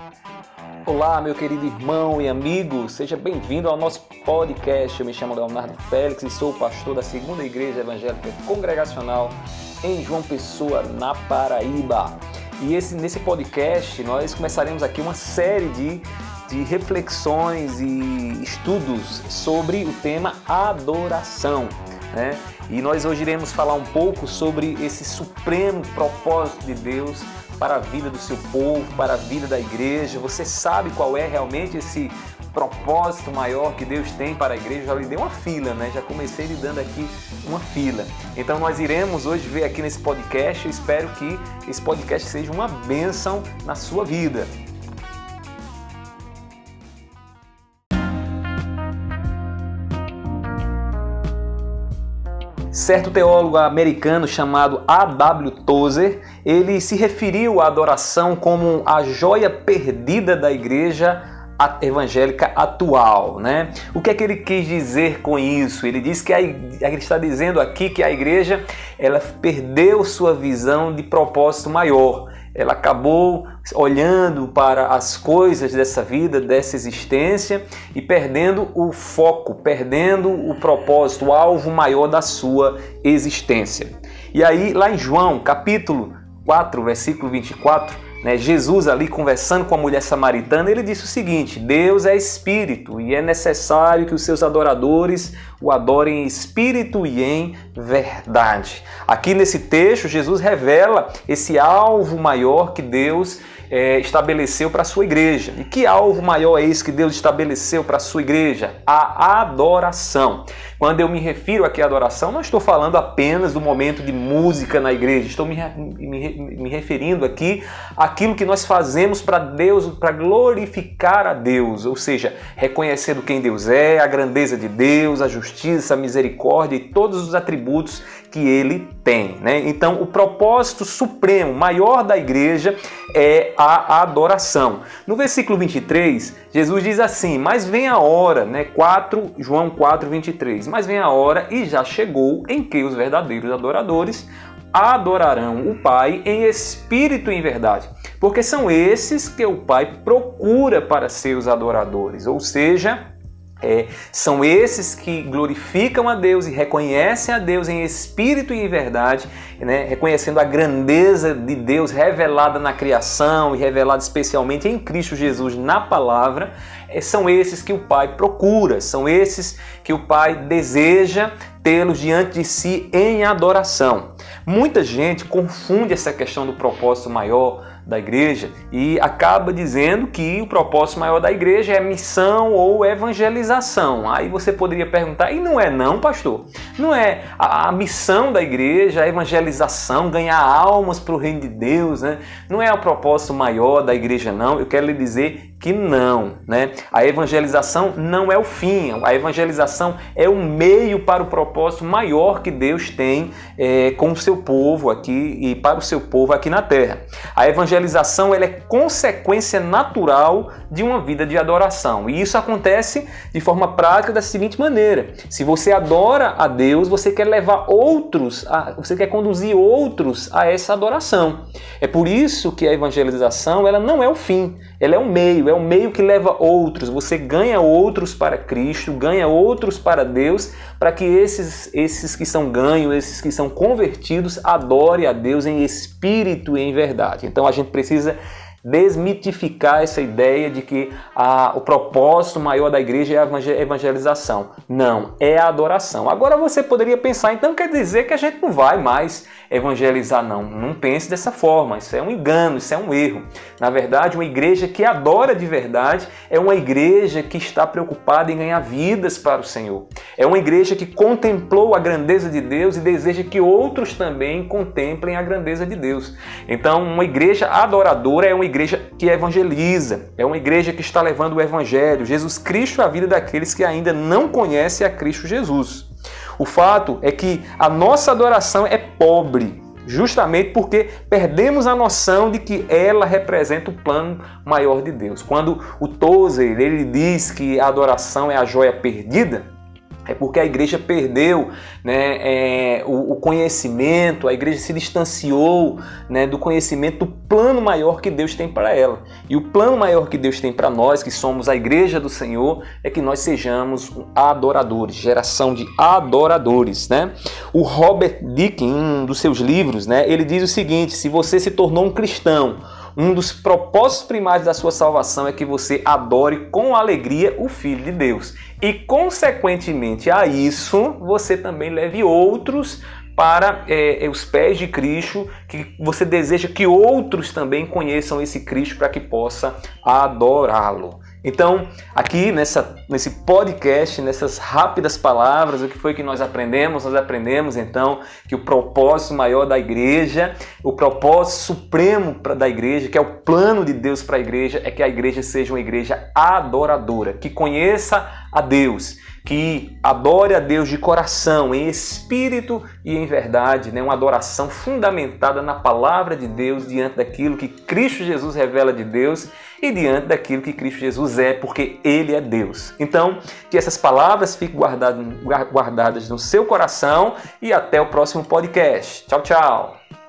Olá, meu querido irmão e amigo, seja bem-vindo ao nosso podcast. Eu me chamo Leonardo Félix e sou o pastor da Segunda Igreja Evangélica Congregacional em João Pessoa, na Paraíba. E nesse podcast nós começaremos aqui uma série de reflexões e estudos sobre o tema adoração, né? E nós hoje iremos falar um pouco sobre esse supremo propósito de Deus para a vida do seu povo, para a vida da igreja. Você sabe qual é realmente esse propósito maior que Deus tem para a igreja? Já lhe dei uma fila, né? Já comecei lhe dando aqui uma fila. Então nós iremos hoje ver aqui nesse podcast. Eu espero que esse podcast seja uma bênção na sua vida. Certo teólogo americano chamado A.W. Tozer, ele se referiu à adoração como a joia perdida da igreja evangélica atual, né? O que é que ele quis dizer com isso? Ele diz que ele está dizendo aqui que a igreja ela perdeu sua visão de propósito maior. Ela acabou olhando para as coisas dessa vida, dessa existência e perdendo o foco, perdendo o propósito, o alvo maior da sua existência. E aí, lá em João, capítulo 4, versículo 24, Jesus ali conversando com a mulher samaritana, ele disse o seguinte: Deus é espírito e é necessário que os seus adoradores o adorem em espírito e em verdade. Aqui nesse texto, Jesus revela esse alvo maior que Deus estabeleceu para a sua igreja. E que alvo maior é esse que Deus estabeleceu para a sua igreja? A adoração. Quando eu me refiro aqui à adoração, não estou falando apenas do momento de música na igreja, estou me referindo aqui àquilo que nós fazemos para Deus, para glorificar a Deus, ou seja, reconhecendo quem Deus é, a grandeza de Deus, a justiça, a misericórdia e todos os atributos que Ele tem, né? Então, o propósito supremo, maior da igreja é a adoração. No versículo 23, Jesus diz assim: mas vem a hora, né? João 4, 23, mas vem a hora e já chegou em que os verdadeiros adoradores adorarão o Pai em espírito e em verdade, porque são esses que o Pai procura para seus adoradores, ou seja, são esses que glorificam a Deus e reconhecem a Deus em espírito e em verdade, né? Reconhecendo a grandeza de Deus revelada na criação e revelada especialmente em Cristo Jesus na palavra. São esses que o Pai procura, são esses que o Pai deseja tê-los diante de si em adoração. Muita gente confunde essa questão do propósito maior da igreja e acaba dizendo que o propósito maior da igreja é missão ou evangelização. Aí você poderia perguntar: e não é não, pastor? Não é a missão da igreja, a evangelização, ganhar almas para o reino de Deus, né? Não é o propósito maior da igreja, não. Eu quero lhe dizer que não, né? A evangelização não é o fim, a evangelização é um meio para o propósito maior que Deus tem com o seu povo aqui e para o seu povo aqui na terra. A evangelização ela é consequência natural de uma vida de adoração e isso acontece de forma prática da seguinte maneira: se você adora a Deus, você quer levar outros, você quer conduzir outros a essa adoração. É por isso que a evangelização ela não é o fim, ela é um meio que leva outros. Você ganha outros para Cristo, ganha outros para Deus, para que esses que são ganhos, esses que são convertidos, adorem a Deus em espírito e em verdade. Então a gente precisa desmitificar essa ideia de que o propósito maior da igreja é a evangelização. Não, é a adoração. Agora você poderia pensar, então quer dizer que a gente não vai mais evangelizar? Não, não pense dessa forma. Isso é um engano, isso é um erro. Na verdade, uma igreja que adora de verdade é uma igreja que está preocupada em ganhar vidas para o Senhor. É uma igreja que contemplou a grandeza de Deus e deseja que outros também contemplem a grandeza de Deus. Então, uma igreja adoradora é uma igreja que evangeliza, é uma igreja que está levando o Evangelho, Jesus Cristo à vida daqueles que ainda não conhecem a Cristo Jesus. O fato é que a nossa adoração é pobre, justamente porque perdemos a noção de que ela representa o plano maior de Deus. Quando o Tozer ele diz que a adoração é a joia perdida, É porque a igreja perdeu, né, o conhecimento, a igreja se distanciou, né, do conhecimento do plano maior que Deus tem para ela. E o plano maior que Deus tem para nós, que somos a igreja do Senhor, é que nós sejamos adoradores, geração de adoradores, né? O Robert Dick, em um dos seus livros, né, ele diz o seguinte: se você se tornou um cristão, um dos propósitos primários da sua salvação é que você adore com alegria o Filho de Deus. E, consequentemente a isso, você também leve outros para os pés de Cristo, que você deseja que outros também conheçam esse Cristo para que possa adorá-lo. Então, aqui nesse podcast, nessas rápidas palavras, o que foi que nós aprendemos? Nós aprendemos, então, que o propósito maior da igreja, o propósito supremo da igreja, que é o plano de Deus para a igreja, é que a igreja seja uma igreja adoradora, que conheça a Deus, que adore a Deus de coração, em espírito e em verdade, né? Uma adoração fundamentada na palavra de Deus, diante daquilo que Cristo Jesus revela de Deus e diante daquilo que Cristo Jesus é, porque Ele é Deus. Então, que essas palavras fiquem guardadas no seu coração e até o próximo podcast. Tchau, tchau!